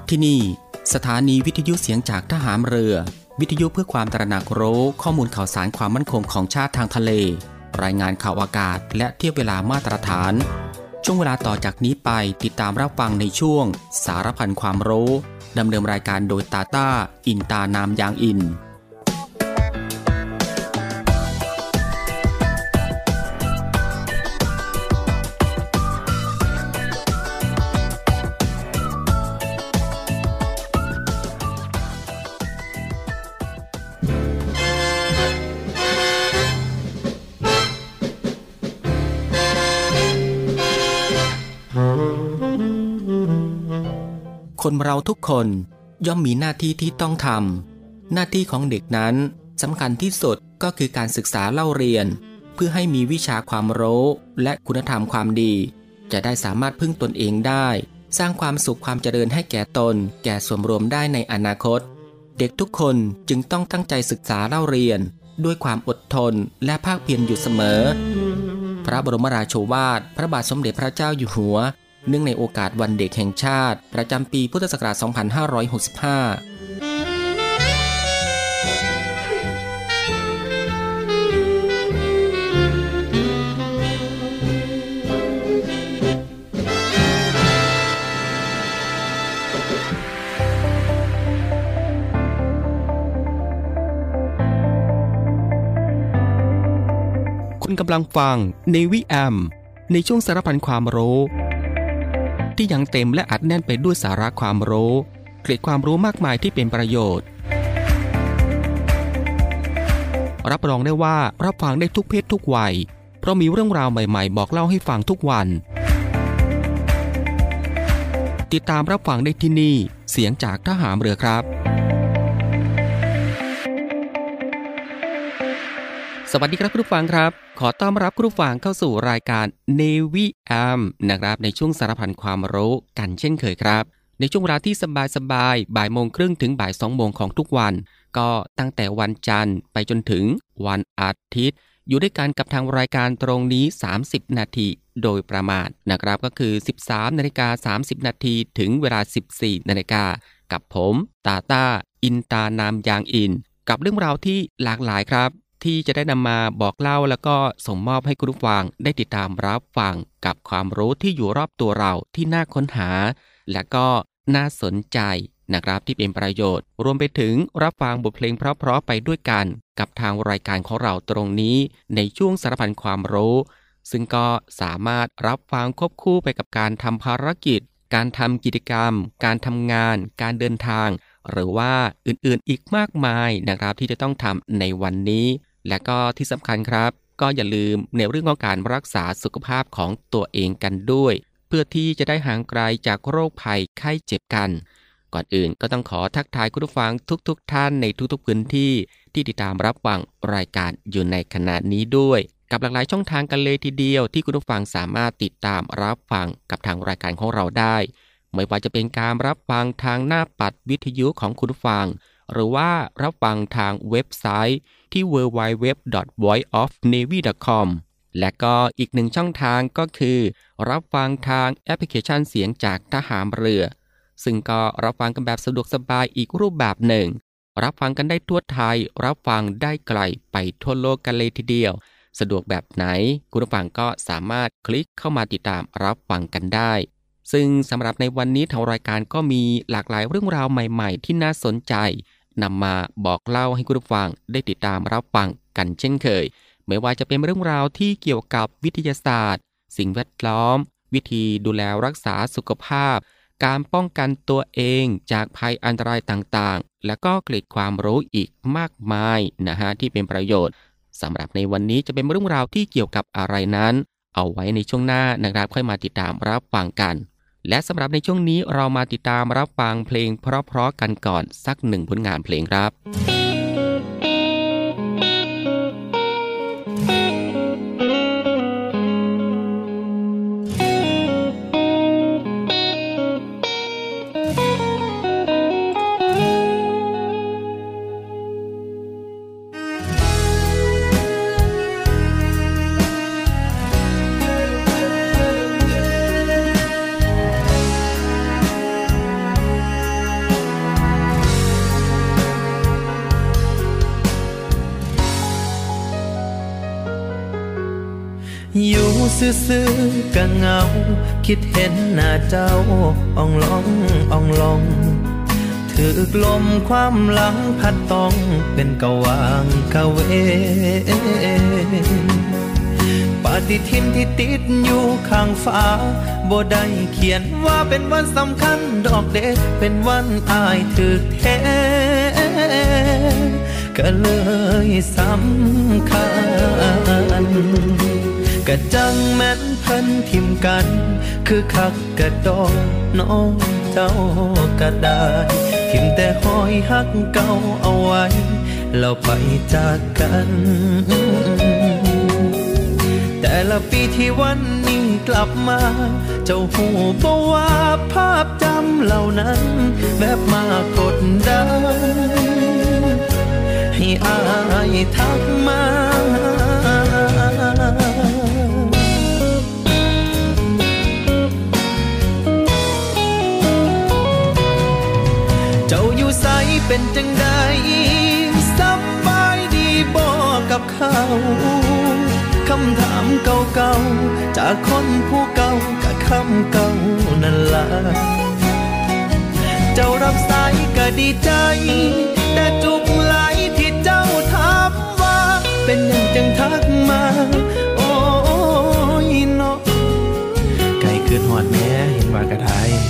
ที่นี่สถานีวิทยุเสียงจากทหารเรือวิทยุเพื่อความตระหนักรู้ข้อมูลข่าวสารความมั่นคงของชาติทางทะเลรายงานข่าวอากาศและเทียบเวลามาตรฐานช่วงเวลาต่อจากนี้ไปติดตามรับฟังในช่วงสารพันความรู้ดำเนินรายการโดยตาต้าอินตานามยางอินคนเราทุกคนย่อมมีหน้าที่ที่ต้องทำหน้าที่ของเด็กนั้นสำคัญที่สุดก็คือการศึกษาเล่าเรียนเพื่อให้มีวิชาความรู้และคุณธรรมความดีจะได้สามารถพึ่งตนเองได้สร้างความสุขความเจริญให้แก่ตนแก่ส่วนรวมได้ในอนาคตเด็กทุกคนจึงต้องตั้งใจศึกษาเล่าเรียนด้วยความอดทนและภาคเพียรอยู่เสมอพระบรมราโชวาทพระบาทสมเด็จพระเจ้าอยู่หัวเนื่องในโอกาสวันเด็กแห่งชาติประจำปีพุทธศักราช 2565 คุณกำลังฟัง Navy AM ในช่วงสารพันความรู้ที่ยังเต็มและอัดแน่นไปด้วยสาระความรู้เกร็ดความรู้มากมายที่เป็นประโยชน์รับรองได้ว่ารับฟังได้ทุกเพศทุกวัยเพราะมีเรื่องราวใหม่ๆบอกเล่าให้ฟังทุกวันติดตามรับฟังได้ที่นี่เสียงจากทหารเรือครับสวัสดีครับคุณผู้ฟังครับขอต้อนรับคุณผู้ฟังเข้าสู่รายการ Navy AM นะครับในช่วงสารพันความรู้กันเช่นเคยครับในช่วงเวลาที่สบายๆ 13:30 ถึง 14:00 ของทุกวันก็ตั้งแต่วันจันทร์ไปจนถึงวันอาทิตย์อยู่ด้วยกันกับทางรายการตรงนี้30นาทีโดยประมาณนะครับก็คือ 13:30 นาทีถึงเวลา 14:00 นกับผมตาต้าอินตานามยางอินกับเรื่องราวที่หลากหลายครับที่จะได้นำมาบอกเล่าแล้วก็ส่งมอบให้คุณผู้ฟังได้ติดตามรับฟังกับความรู้ที่อยู่รอบตัวเราที่น่าค้นหาและก็น่าสนใจนะครับที่เป็นประโยชน์รวมไปถึงรับฟังบทเพลงเพราะๆไปด้วยกันกับทางรายการของเราตรงนี้ในช่วงสารพันความรู้ซึ่งก็สามารถรับฟังควบคู่ไปกับการทำภารกิจการทำกิจกรรมการทำงานการเดินทางหรือว่าอื่นๆอีกมากมายนะครับที่จะต้องทำในวันนี้และก็ที่สำคัญครับก็อย่าลืมในเรื่องของการรักษาสุขภาพของตัวเองกันด้วยเพื่อที่จะได้ห่างไกลจากโรคภัยไข้เจ็บกันก่อนอื่นก็ต้องขอทักทายคุณผู้ฟังทุกท่านในทุกๆพื้นที่ที่ติดตามรับฟังรายการอยู่ในขณะนี้ด้วยกับหลากหลายช่องทางกันเลยทีเดียวที่คุณผู้ฟังสามารถติดตามรับฟังกับทางรายการของเราได้ไม่ว่าจะเป็นการรับฟังทางหน้าปัดวิทยุของคุณผู้ฟังหรือว่ารับฟังทางเว็บไซต์ที่ www.voiceofnavy.com และก็อีกหนึ่งช่องทางก็คือรับฟังทางแอปพลิเคชันเสียงจากทหารเรือซึ่งก็รับฟังกันแบบสะดวกสบายอีกรูปแบบหนึ่งรับฟังกันได้ทั่วไทยรับฟังได้ไกลไปทั่วโลกกันเลยทีเดียวสะดวกแบบไหนคุณผู้ฟังก็สามารถคลิกเข้ามาติดตามรับฟังกันได้ซึ่งสำหรับในวันนี้ทางรายการก็มีหลากหลายเรื่องราวใหม่ๆที่น่าสนใจนำมาบอกเล่าให้คุณผู้ฟังได้ติดตามรับฟังกันเช่นเคยไม่ว่าจะเป็นเรื่องราวที่เกี่ยวกับวิทยาศาสตร์สิ่งแวดล้อมวิธีดูแลรักษาสุขภาพการป้องกันตัวเองจากภัยอันตรายต่างๆและก็เกร็ดความรู้อีกมากมายนะฮะที่เป็นประโยชน์สำหรับในวันนี้จะเป็นเรื่องราวที่เกี่ยวกับอะไรนั้นเอาไว้ในช่วงหน้านะครับค่อยมาติดตามรับฟังกันและสำหรับในช่วงนี้เรามาติดตามรับฟังเพลงเพราะๆกันก่อนสักหนึ่งผลงานเพลงครับเอยู่ซื่อๆก็เหงาคิดเห็นหน้าเจ้าอ่องลองถือลมความหลังพัดต้องเป็นกะวางกะเวปฏิทินที่ติดอยู่ข้างฟ้าบ่ได้เขียนว่าเป็นวันสำคัญดอกเด็กเป็นวันอายถึกแท้ก็เลยสำคัญกะจังแม่นเพิ่นทิมกันคือคักกะดอกน้องเจ้าก็ได้ทิมแต่หอยฮักเก่าเอาไว้แล้วไปจากกันแต่ละปีที่วันนี้กลับมาเจ้าหูบ่ว่าภาพจำเหล่านั้นแบบมากดดันให้อายทักมาเจ้าอยู่ไสเป็นจังใดสบายดีบ่กับเขาคำถามเก่าๆจากคนผู้เก่ากับคำเก่านั่นล่ะเจ้ารับสายก็ดีใจแต่จุกไหลที่เจ้าถามว่าเป็นยังจังทักมาโอ้ยเนาะไก่คืนหอดแม่เห็นว่ากระทาย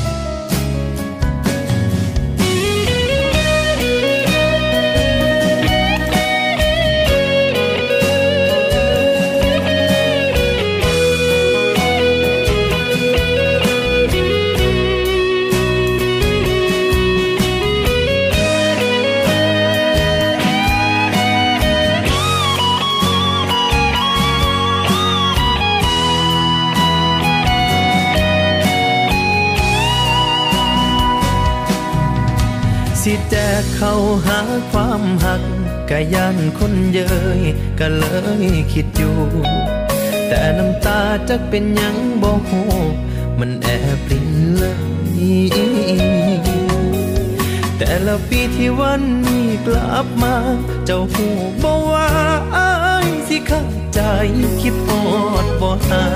สิแจกเข้าหาความหักกะยันคนเย้ยก็เลยคิดอยู่แต่น้ำตาจักเป็นยังบ่ฮู้มันแอบปริ่มเลยแต่ละปีที่วันนี้กลับมาเจ้าฮู้บ่ว่าอ้ายสิเข้าใจคิดฮอดบ่หา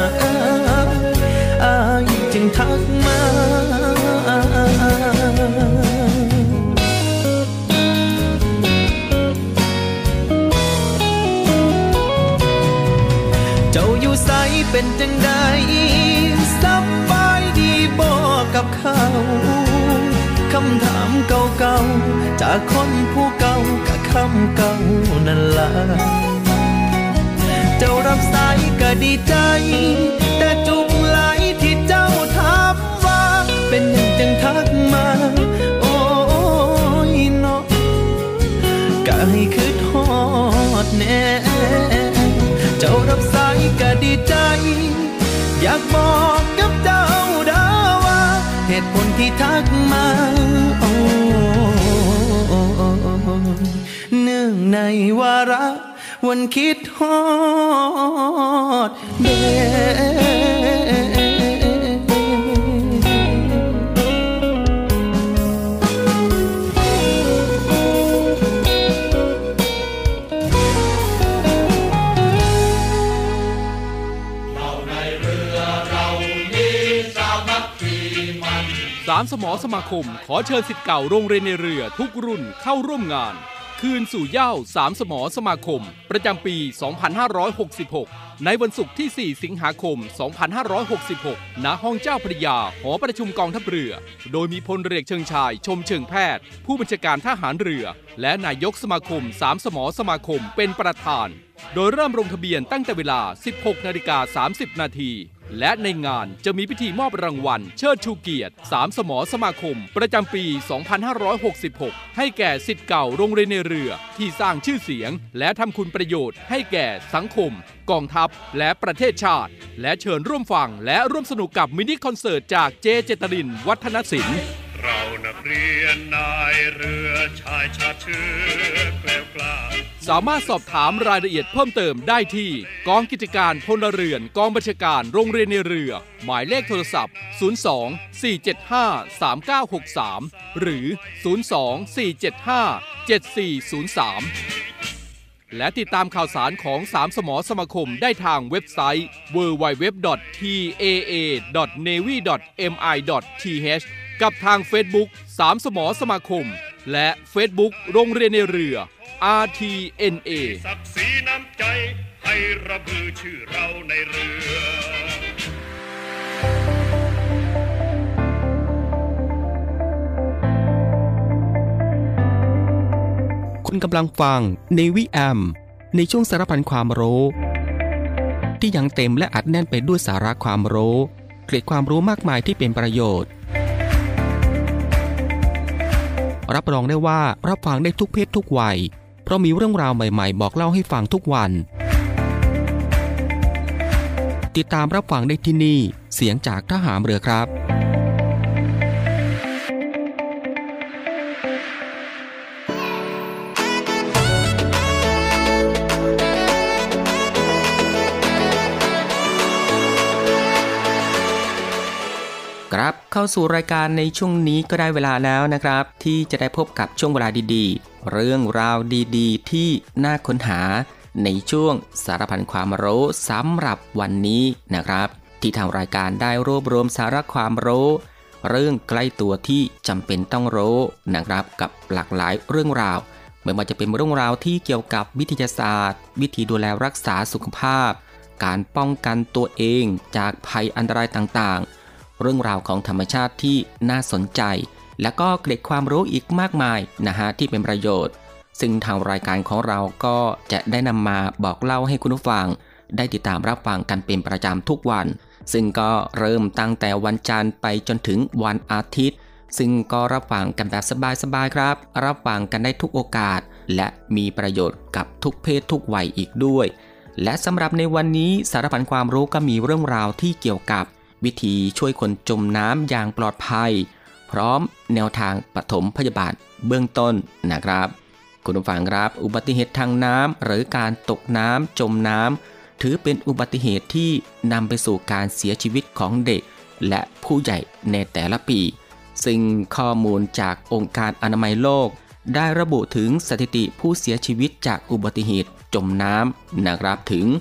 อ้ายจึงทักมาใสเป็นจังใดสบายดีบ่กับเขาคำถามเก่าๆจากคนผู้เก่ากับคำเก่านั่นล่ะเจ้ารับสายก็ดีใจแต่จุกไหลที่เจ้าถามว่าเป็นยังจังทักมาโอ้ยเนาะก็ให้คิดฮอดแน่เจ้ารับสายก็ดีใจอยากบอกกับเจ้าดาว่าเหตุผลที่ทักมาเนื่องในวาระวันคิดฮอดเด้ 3 สมสมาคมขอเชิญศิษย์เก่าโรงเรียนในเรือทุกรุ่นเข้าร่วมงานคืนสู่เหย้า3 สมสมาคมประจำปี 2566 ในวันศุกร์ที่ 4 สิงหาคม 2566 ณ ห้องเจ้าพระยาหอประชุมกองทัพเรือโดยมีพลเรือเชิงชายชมเชิงแพทย์ผู้บัญชาการทหารเรือและนายกสมาคม3 สมสมาคมเป็นประธานโดยเริ่มลงทะเบียนตั้งแต่เวลา 16:30 น.และในงานจะมีพิธีมอบรางวัลเชิดชูเกียรติ3 สมสมาคมประจำปี 2566 ให้แก่ศิษย์เก่าโรงเรียนในเรือที่สร้างชื่อเสียงและทำคุณประโยชน์ให้แก่สังคมกองทัพและประเทศชาติและเชิญร่วมฟังและร่วมสนุกกับมินิคอนเสิร์ตจากเจเจตรินวัฒนศิลป์เรานักเรียนนายเรือชายชาติเชื้อแกล้วกล้าสามารถสอบถามรายละเอียดเพิ่มเติมได้ที่กองกิจการพลเรือนกองบัญชาการโรงเรียนในเรือหมายเลขโทรศัพท์ 02-475-3963 หรือ 02-475-7403 และติดตามข่าวสารของ3สมสมาคมได้ทางเว็บไซต์ www.taa.navy.mi.th กับทาง Facebook 3สมสมาคมและ Facebook โรงเรียนในเรือ RTNA ศักดิ์ศรีน้ำใจให้ระบือชื่อเราในเรือคุณกำลังฟัง Navy AM ในช่วงสารพันความรู้ที่ยังเต็มและอัดแน่นไปด้วยสาระความรู้เกร็ดความรู้มากมายที่เป็นประโยชน์รับรองได้ว่ารับฟังได้ทุกเพศทุกวัยเพราะมีเรื่องราวใหม่ๆบอกเล่าให้ฟังทุกวันติดตามรับฟังได้ที่นี่เสียงจากทหารเรือครับครับเข้าสู่รายการในช่วงนี้ก็ได้เวลาแล้วนะครับที่จะได้พบกับช่วงเวลาดีๆเรื่องราวดีๆที่น่าค้นหาในช่วงสารพันความรู้สำหรับวันนี้นะครับที่ทางรายการได้รวบรวมสาระความรู้เรื่องใกล้ตัวที่จำเป็นต้องรู้นะครับกับหลากหลายเรื่องราวไม่ว่าจะเป็นเรื่องราวที่เกี่ยวกับวิทยาศาสตร์วิธีดูแลรักษาสุขภาพการป้องกันตัวเองจากภัยอันตรายต่างๆเรื่องราวของธรรมชาติที่น่าสนใจและก็เกร็ดความรู้อีกมากมายนะฮะที่เป็นประโยชน์ซึ่งทางรายการของเราก็จะได้นำมาบอกเล่าให้คุณผู้ฟังได้ติดตามรับฟังกันเป็นประจำทุกวันซึ่งก็เริ่มตั้งแต่วันจันทร์ไปจนถึงวันอาทิตย์ซึ่งก็รับฟังกันแบบสบายๆครับรับฟังกันได้ทุกโอกาสและมีประโยชน์กับทุกเพศทุกวัยอีกด้วยและสำหรับในวันนี้สารพันความรู้ก็มีเรื่องราวที่เกี่ยวกับวิธีช่วยคนจมน้ำอย่างปลอดภัยพร้อมแนวทางปฐมพยาบาลเบื้องต้นนะครับคุณผู้ฟังครับอุบัติเหตุทางน้ำหรือการตกน้ำจมน้ำถือเป็นอุบัติเหตุที่นำไปสู่การเสียชีวิตของเด็กและผู้ใหญ่ในแต่ละปีซึ่งข้อมูลจากองค์การอนามัยโลกได้ระบุถึงสถิติผู้เสียชีวิตจากอุบัติเหตุจมน้ำนะครับถึง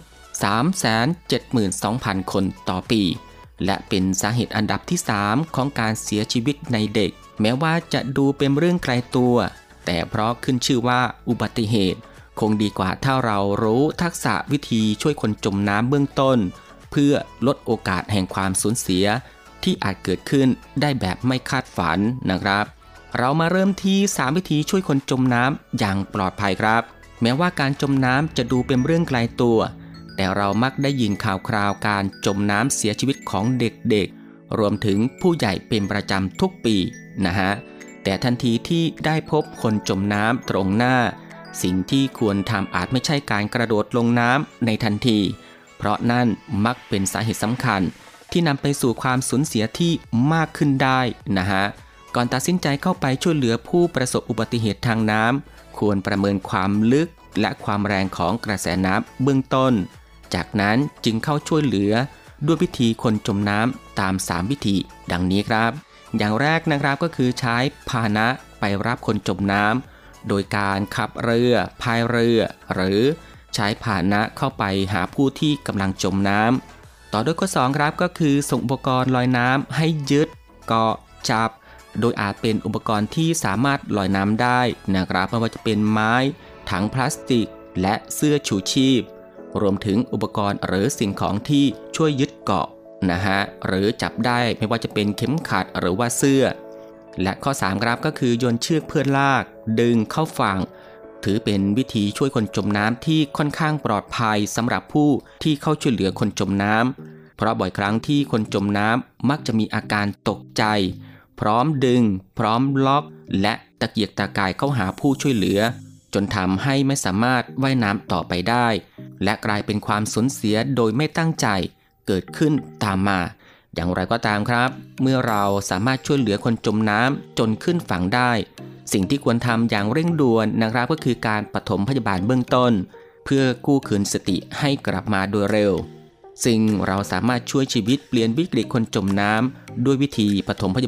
372,000 คนต่อปีและเป็นสาเหตุอันดับที่ 3 ของการเสียชีวิตในเด็กแม้ว่าจะดูเป็นเรื่องไกลตัวแต่เพราะขึ้นชื่อว่าอุบัติเหตุคงดีกว่าถ้าเรารู้ทักษะวิธีช่วยคนจมน้ำเบื้องต้นเพื่อลดโอกาสแห่งความสูญเสียที่อาจเกิดขึ้นได้แบบไม่คาดฝันนะครับเรามาเริ่มที่3วิธีช่วยคนจมน้ำอย่างปลอดภัยครับแม้ว่าการจมน้ำจะดูเป็นเรื่องไกลตัวแต่เรามักได้ยินข่าวคราวการจมน้ำเสียชีวิตของเด็กๆรวมถึงผู้ใหญ่เป็นประจำทุกปีนะฮะแต่ทันทีที่ได้พบคนจมน้ำตรงหน้าสิ่งที่ควรทำอาจไม่ใช่การกระโดดลงน้ำในทันทีเพราะนั่นมักเป็นสาเหตุสำคัญที่นำไปสู่ความสูญเสียที่มากขึ้นได้นะฮะก่อนตัดสินใจเข้าไปช่วยเหลือผู้ประสบอุบัติเหตุทางน้ำควรประเมินความลึกและความแรงของกระแสน้ำเบื้องต้นจากนั้นจึงเข้าช่วยเหลือด้วยวิธีคนจมน้ำตาม3วิธีดังนี้ครับอย่างแรกนะครับก็คือใช้พาหนะไปรับคนจมน้ำโดยการขับเรือพายเรือหรือใช้พาหนะเข้าไปหาผู้ที่กำลังจมน้ำต่อด้วยข้อ2ครับก็คือส่งอุปกรณ์ลอยน้ำให้ยึดเกาะจับโดยอาจเป็นอุปกรณ์ที่สามารถลอยน้ำได้นะครับไม่ว่าจะเป็นไม้ถังพลาสติกและเสื้อชูชีพรวมถึงอุปกรณ์หรือสิ่งของที่ช่วยยึดเกาะนะฮะหรือจับได้ไม่ว่าจะเป็นเข็มขัดหรือว่าเสื้อและข้อ3ครับก็คือโยนเชือกเพื่อลากดึงเข้าฝั่งถือเป็นวิธีช่วยคนจมน้ำที่ค่อนข้างปลอดภัยสำหรับผู้ที่เข้าช่วยเหลือคนจมน้ำเพราะบ่อยครั้งที่คนจมน้ำมักจะมีอาการตกใจพร้อมดึงพร้อมล็อกและตะเกียกตะกายเข้าหาผู้ช่วยเหลือจนทำให้ไม่สามารถว่ายน้ำต่อไปได้และกลายเป็นความสูญเสียโดยไม่ตั้งใจเกิดขึ้นตามมาอย่างไรก็ตามครับเมื่อเราสามารถช่วยเหลือคนจมน้ำจนขึ้นฝั่งได้สิ่งที่ควรทำอย่างเร่งด่วนนะครับก็คือการปฐมพยาบาลเบื้องต้นเพื่อกู้คืนสติให้กลับมาโดยเร็วซึ่งเราสามารถช่วยชีวิตเปลี่ยนวิกฤตคนจมน้ำด้วยวิธีปฐมพยาบาล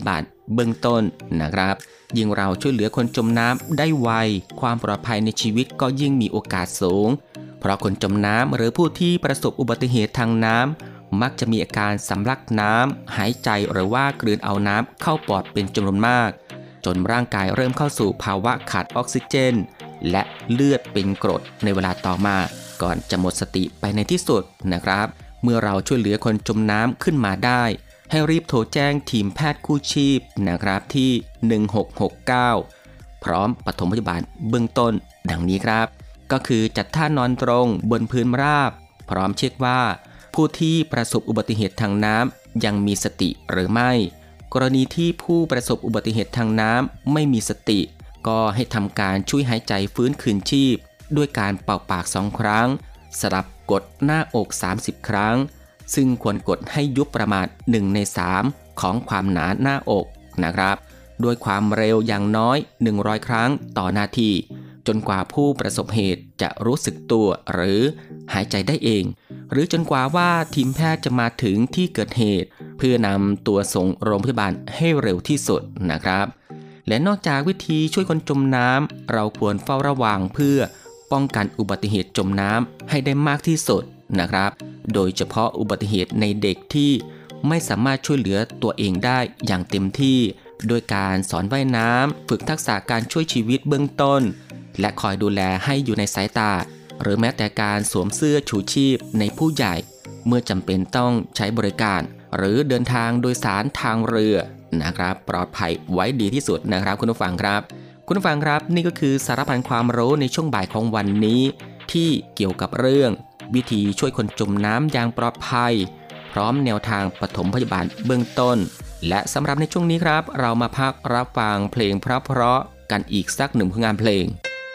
เบื้องต้นนะครับยิ่งเราช่วยเหลือคนจมน้ำได้ไวความปลอดภัยในชีวิตก็ยิ่งมีโอกาสสูงเพราะคนจมน้ำหรือผู้ที่ประสบอุบัติเหตุทางน้ำมักจะมีอาการสำลักน้ำหายใจหรือว่ากลืนเอาน้ำเข้าปอดเป็นจำนวนมากจนร่างกายเริ่มเข้าสู่ภาวะขาดออกซิเจนและเลือดเป็นกรดในเวลาต่อมาก่อนจะหมดสติไปในที่สุดนะครับเมื่อเราช่วยเหลือคนจมน้ำขึ้นมาได้ให้รีบโทรแจ้งทีมแพทย์กู้ชีพนะครับที่1669พร้อมปฐมพยาบาลเบื้องต้นดังนี้ครับก็คือจัดท่านอนตรงบนพื้นราบพร้อมเช็คว่าผู้ที่ประสบอุบัติเหตุทางน้ำยังมีสติหรือไม่กรณีที่ผู้ประสบอุบัติเหตุทางน้ำไม่มีสติก็ให้ทำการช่วยหายใจฟื้นคืนชีพด้วยการเป่าปาก2ครั้งสลับกดหน้าอก30ครั้งซึ่งควรกดให้ยุบประมาณ1 ใน 3ของความหนาหน้าอกนะครับด้วยความเร็วอย่างน้อย100ครั้งต่อนาทีจนกว่าผู้ประสบเหตุจะรู้สึกตัวหรือหายใจได้เองหรือจนกว่าว่าทีมแพทย์จะมาถึงที่เกิดเหตุเพื่อนำตัวส่งโรงพยาบาลให้เร็วที่สุดนะครับและนอกจากวิธีช่วยคนจมน้ำเราควรเฝ้าระวังเพื่อป้องกันอุบัติเหตุจมน้ำให้ได้มากที่สุดนะครับโดยเฉพาะอุบัติเหตุในเด็กที่ไม่สามารถช่วยเหลือตัวเองได้อย่างเต็มที่โดยการสอนว่ายน้ำฝึกทักษะการช่วยชีวิตเบื้องต้นและคอยดูแลให้อยู่ในสายตาหรือแม้แต่การสวมเสื้อชูชีพในผู้ใหญ่เมื่อจำเป็นต้องใช้บริการหรือเดินทางโดยสารทางเรือนะครับปลอดภัยไว้ดีที่สุดนะครับคุณผู้ฟังครับคุณผู้ฟังครับนี่ก็คือสารพันความรู้ในช่วงบ่ายของวันนี้ที่เกี่ยวกับเรื่องวิธีช่วยคนจมน้ำอย่างปลอดภัยพร้อมแนวทางปฐมพยาบาลเบื้องต้นและสำหรับในช่วงนี้ครับเรามาพักรับฟังเพลงเพราะๆกันอีกสักหนึ่งผลงานเพลง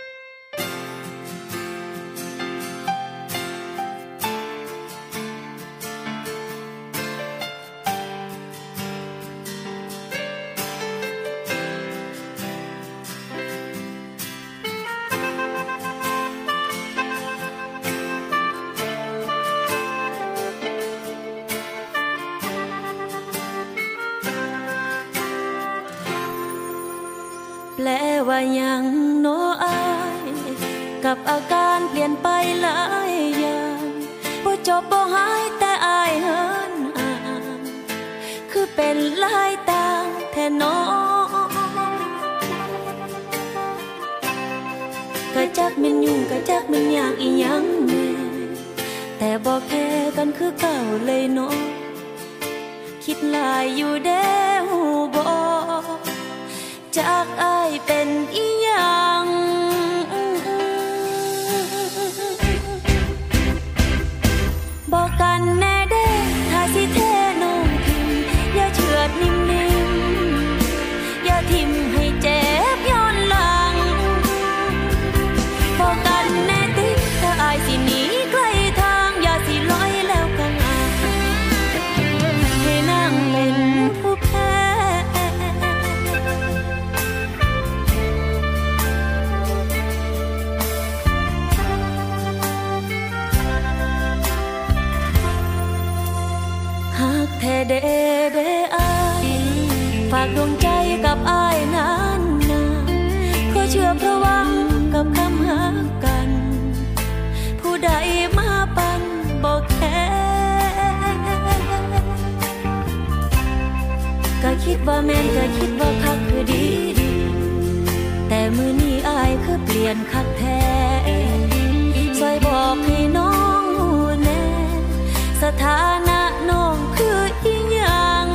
แปลว่ายังโนอายกับอาการเปลี่ยนไปหลายอย่างบ่จบบ่หายแต่อายเหินห่างคือเป็นหลายต่างแท้น้องก็จักแม่นยุ่งก็จักแม่นยากอีหยังแน่แต่บ่แพ้กันคือเก่าเลยเนาะคิดหลายอยู่เด้ฮู้บ่จากอ้ายเป็นอีหยังบอกกันแน่เด้ถ้าสิเทน้องทิมอย่าเฉือดนิ่มๆอย่าทิมให้เจ็บย้อนหลังบอกกันแน่ติถ้าอ้ายสิหนีไกลทางอย่าสิลอยแล้วกันให้นั่งเล่นผู้แพ้แท้เด้อายฝากดวงใจกับอายนานๆขอเชื่อเพราะหวังกับคำหากันผู้ใดมาปันบอกแค่ก็คิดว่าแม่นก็คิดว่าคักคือดีแต่มื้อนี้อายคือเปลี่ยนคักแท้ช่วยบอกให้น้องรู้แน่สถานะน้องคืออีหยัง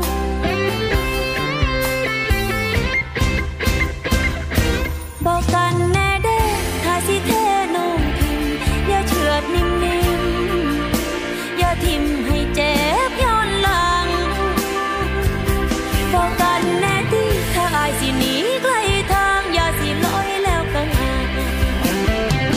บอกกันแน่เด้ถ้าสิเทน้องทิมอย่าเฉือดนิ่มๆอย่าทิมให้เจ็บย้อนหลังบอกกันแน่ติถ้าอายสิหนีไกลทางอย่าสิลอยแล้วกัน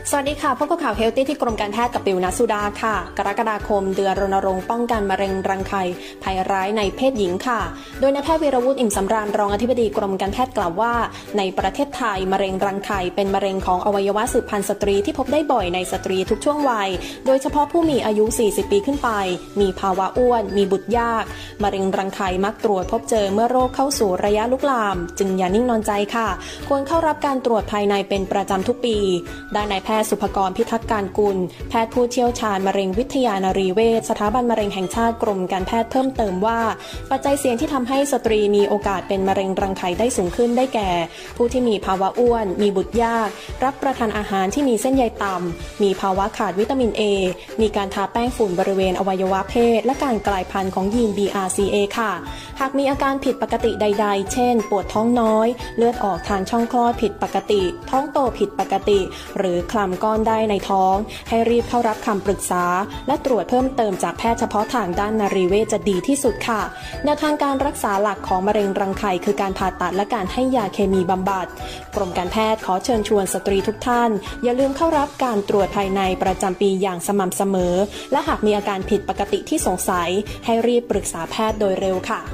สวัสดีค่ะพบกับข่าวเฮลตี้ที่กรมการแพทย์กับปิวณสุดาค่ะกรกฎาคมเดือนรณรงค์ป้องกันมะเร็งรังไข่ภัยร้ายในเพศหญิงค่ะโดยนายแพทย์วีรวุฒิอิ่มสำราญรองอธิบดีกรมการแพทย์กล่าวว่าในประเทศไทยมะเร็งรังไข่เป็นมะเร็งของอวัยวะสืบพันธุ์สตรีที่พบได้บ่อยในสตรีทุกช่วงวัยโดยเฉพาะผู้มีอายุ40ปีขึ้นไปมีภาวะอ้วนมีบุตรยากมะเร็งรังไข่มักตรวจพบเจอเมื่อโรคเข้าสู่ระยะลุกลามจึงอย่านิ่งนอนใจค่ะควรเข้ารับการตรวจภายในเป็นประจำทุกปีด้านนายแพทย์สุภกรพิทักษ์การกุลแพทย์ผู้เชี่ยวชาญมะเร็งวิทยานารีเวชสถาบันมะเร็งแห่งชาติกรมการแพทย์เพิ่มเติมว่าปัจจัยเสี่ยงที่ทำให้สตรีมีโอกาสเป็นมะเร็งรังไข่ได้สูงขึ้นได้แก่ผู้ที่มีภาวะอ้วนมีบุตรยากรับประทานอาหารที่มีเส้นใยต่ำมีภาวะขาดวิตามิน A มีการทาแป้งฝุ่นบริเวณอวัยวะเพศและการกลายพันธุ์ของยีน BRCA ค่ะหากมีอาการผิดปกติใดๆเช่นปวดท้องน้อยเลือดออกทางช่องคลอดผิดปกติท้องโตผิดปกติหรือคลำก้อนได้ในท้องให้รีบเข้ารับคำปรึกษาและตรวจเพิ่มเติมจากแพทย์เฉพาะทางด้านนารีเวชจะดีที่สุดค่ะแนวทางการรักษาหลักของมะเร็งรังไข่คือการผ่าตัดและการให้ยาเคมีบำบัดกรมการแพทย์ขอเชิญชวนสตรีทุกท่านอย่าลืมเข้ารับการตรวจภายในประจำปีอย่างสม่ำเสมอและหากมีอาการผิดปกติที่สงสัยให้รีบปรึกษาแพทย์โดยเร็วค่ะ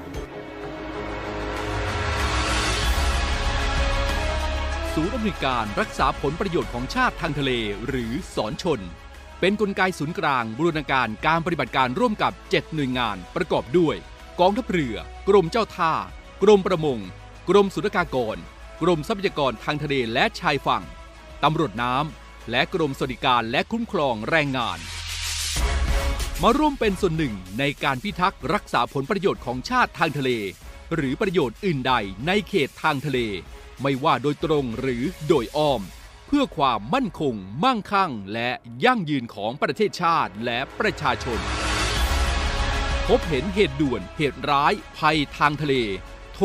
ศูนย์อำนวยการรักษาผลประโยชน์ของชาติทางทะเลหรือศรชนเป็นกลไกศูนย์กลางบูรณาการการปฏิบัติการร่วมกับ7หน่วยงานประกอบด้วยกองทัพเรือกรมเจ้าท่ากรมประมงกรมศุลกากรกรมทรัพยากรทางทะเลและชายฝั่งตำรวจน้ำและกรมสวัสดิการและคุ้มครองแรงงานมาร่วมเป็นส่วนหนึ่งในการพิทักษ์รักษาผลประโยชน์ของชาติทางทะเลหรือประโยชน์อื่นใดในเขตทางทะเลไม่ว่าโดยตรงหรือโดยอ้อมเพื่อความมั่นคงมั่งคั่งและยั่งยืนของประเทศชาติและประชาชนพบเห็นเหตุด่วนเหตุร้ายภัยทางทะเลโทร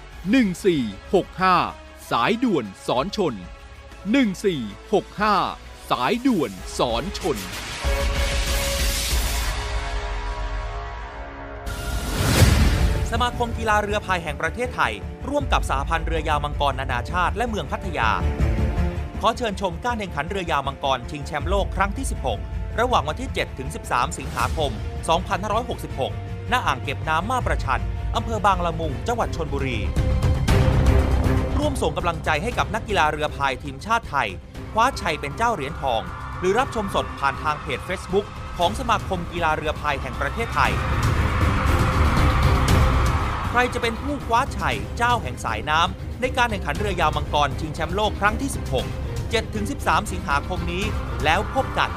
1465สายด่วนสอนชน1465สายด่วนสอนชนสมาคมกีฬาเรือพายแห่งประเทศไทยร่วมกับสหพันธ์เรือยาวมังกรนานาชาติและเมืองพัทยาขอเชิญชมการแข่งขันเรือยาวมังกรชิงแชมป์โลกครั้งที่16ระหว่างวันที่7ถึง13สิงหาคม2566ณอ่างเก็บน้ำมาประชันอำเภอบางละมุงจังหวัดชลบุรีร่วมส่งกำลังใจให้กับนักกีฬาเรือพายทีมชาติไทยคว้าชัยเป็นเจ้าเหรียญทองหรือรับชมสดผ่านทางเพจ Facebook ของสมาคมกีฬาเรือพายแห่งประเทศไทยใครจะเป็นผู้คว้าชัยเจ้าแห่งสายน้ำในการแข่งขันเรือยาวมังกรชิงแชมป์โลกครั้งที่16 7-13 สิงหาคมนี้แล้วพบกัน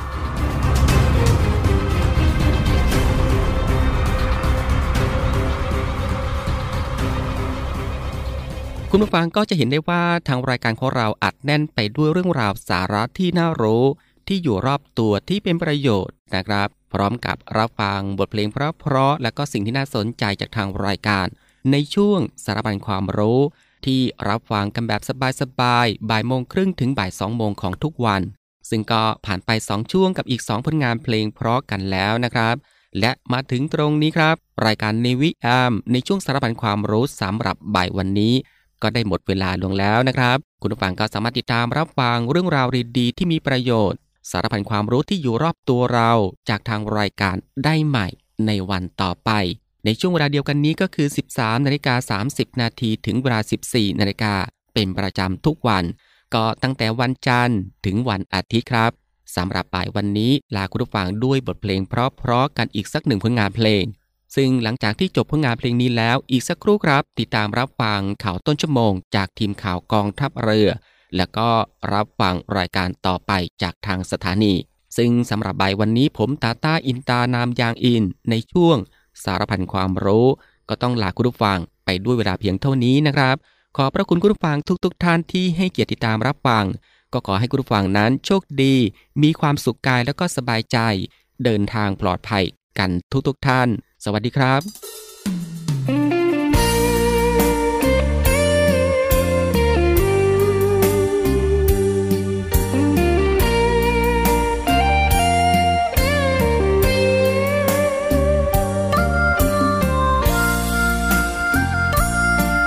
คุณผู้ฟังก็จะเห็นได้ว่าทางรายการของเราอัดแน่นไปด้วยเรื่องราวสาระที่น่ารู้ที่อยู่รอบตัวที่เป็นประโยชน์นะครับพร้อมกับรับฟังบทเพลงเพราะๆและก็สิ่งที่น่าสนใจจากทางรายการในช่วงสารพันความรู้ที่รับฟังกันแบบสบายๆบ่ายโมงครึ่งถึงบ่าย2โมงของทุกวันซึ่งก็ผ่านไป2ช่วงกับอีก2ผลงานเพลงเพราะกันแล้วนะครับและมาถึงตรงนี้ครับรายการNavy AMในช่วงสารพันความรู้สำหรับบ่ายวันนี้ก็ได้หมดเวลาลงแล้วนะครับคุณผู้ฟังก็สามารถติดตามรับฟังเรื่องราวดีๆที่มีประโยชน์สารพันความรู้ที่อยู่รอบตัวเราจากทางรายการได้ใหม่ในวันต่อไปในช่วงเวลาเดียวกันนี้ก็คือ 13:30 นาทีถึงเวลา 14 นาฬิกาเป็นประจำทุกวันก็ตั้งแต่วันจันทร์ถึงวันอาทิตย์ครับสำหรับบ่ายวันนี้ลาคุณผู้ฟังด้วยบทเพลงเพราะๆกันอีกสักหนึ่งผลงานเพลงซึ่งหลังจากที่จบผลงานเพลงนี้แล้วอีกสักครู่ครับติดตามรับฟังข่าวต้นชั่วโมงจากทีมข่าวกองทัพเรือแล้วก็รับฟังรายการต่อไปจากทางสถานีซึ่งสำหรับบ่ายวันนี้ผมตาต้าอินตานามยางอินในช่วงสารพันความรู้ก็ต้องลาคุณผู้ฟังไปด้วยเวลาเพียงเท่านี้นะครับขอพระคุณคุณผู้ฟังทุกท่านที่ให้เกียรติติดตามรับฟังก็ขอให้คุณผู้ฟังนั้นโชคดีมีความสุขกายแล้วก็สบายใจเดินทางปลอดภัยกันทุกท่านสวัสดีครับ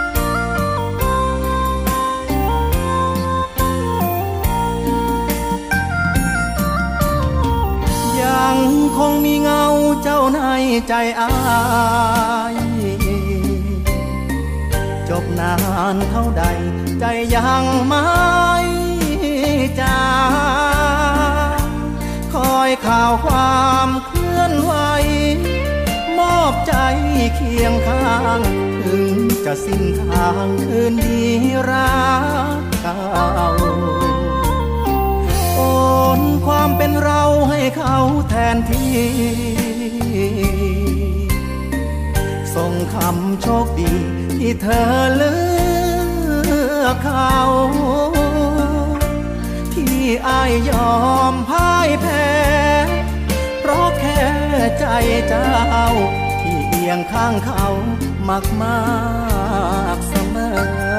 เคงมีเงาเจ้าในใจอ้ายจบนานเท่าใดใจยังไม่จางคอยข่าวความเคลื่อนไหวมอบใจเคียงข้างถึงจะสิ้นทางคืนดีรักเก่าโอนความเป็นเราให้เขาแทนที่ส่งคำโชคดีที่เธอเลือกเขาที่อายยอมพ่ายแพ้เพราะแค่ใจเจ้าที่เอียงข้างเขามากเสมอ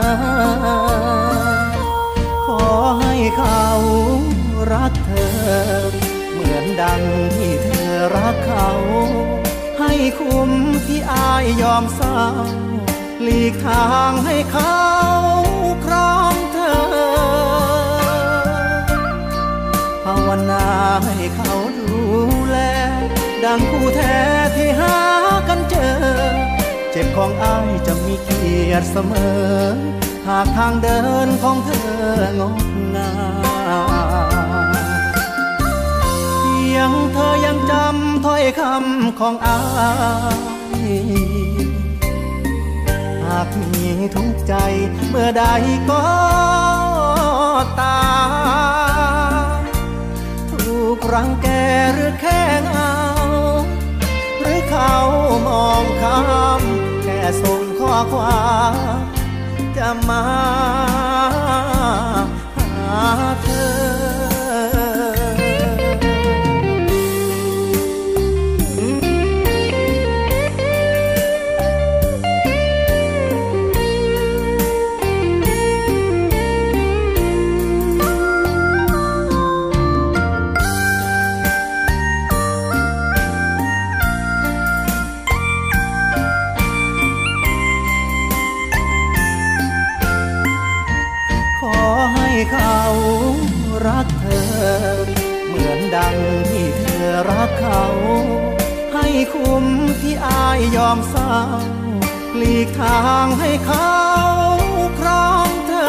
ขอให้เขารักเธอเหมือนดังที่เธอรักเขาให้คุ้มที่อายยอมเศร้าหลีกทางให้เขาครองเธอภาวนาให้เขาดูแลดังคู่แท้ที่หากันเจอเจ็บของอายจะมีเกียรติเสมอหากทางเดินของเธองดงามเพียงเธอยังจำถ้อยคำของอายหากมีทุกข์ใจเมื่อใดก็ตามถูกรังแกหรือแค่เงาหรือเขามองข้ามแค่ส่งข้อความจะมาหาเธอเขารักเธอเหมือนดังที่เธอรักเขาให้คุ้มที่อายยอมเศร้าหลีกทางให้เขาครองเธอ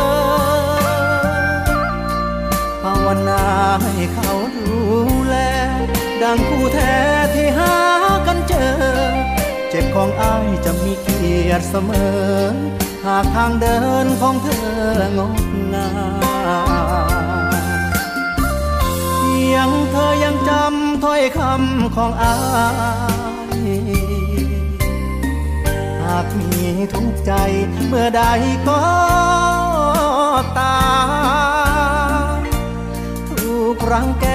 ภาวนาให้เขาดูแลดังคู่แท้ที่หากันเจอเจ็บของอายจะมีเกียรติเสมอหากทางเดินของเธองดงามเพียงเธอยังจำถ้อยคำของอายหากมีทุกข์ใจเมื่อใดก็ตามถูกรังแก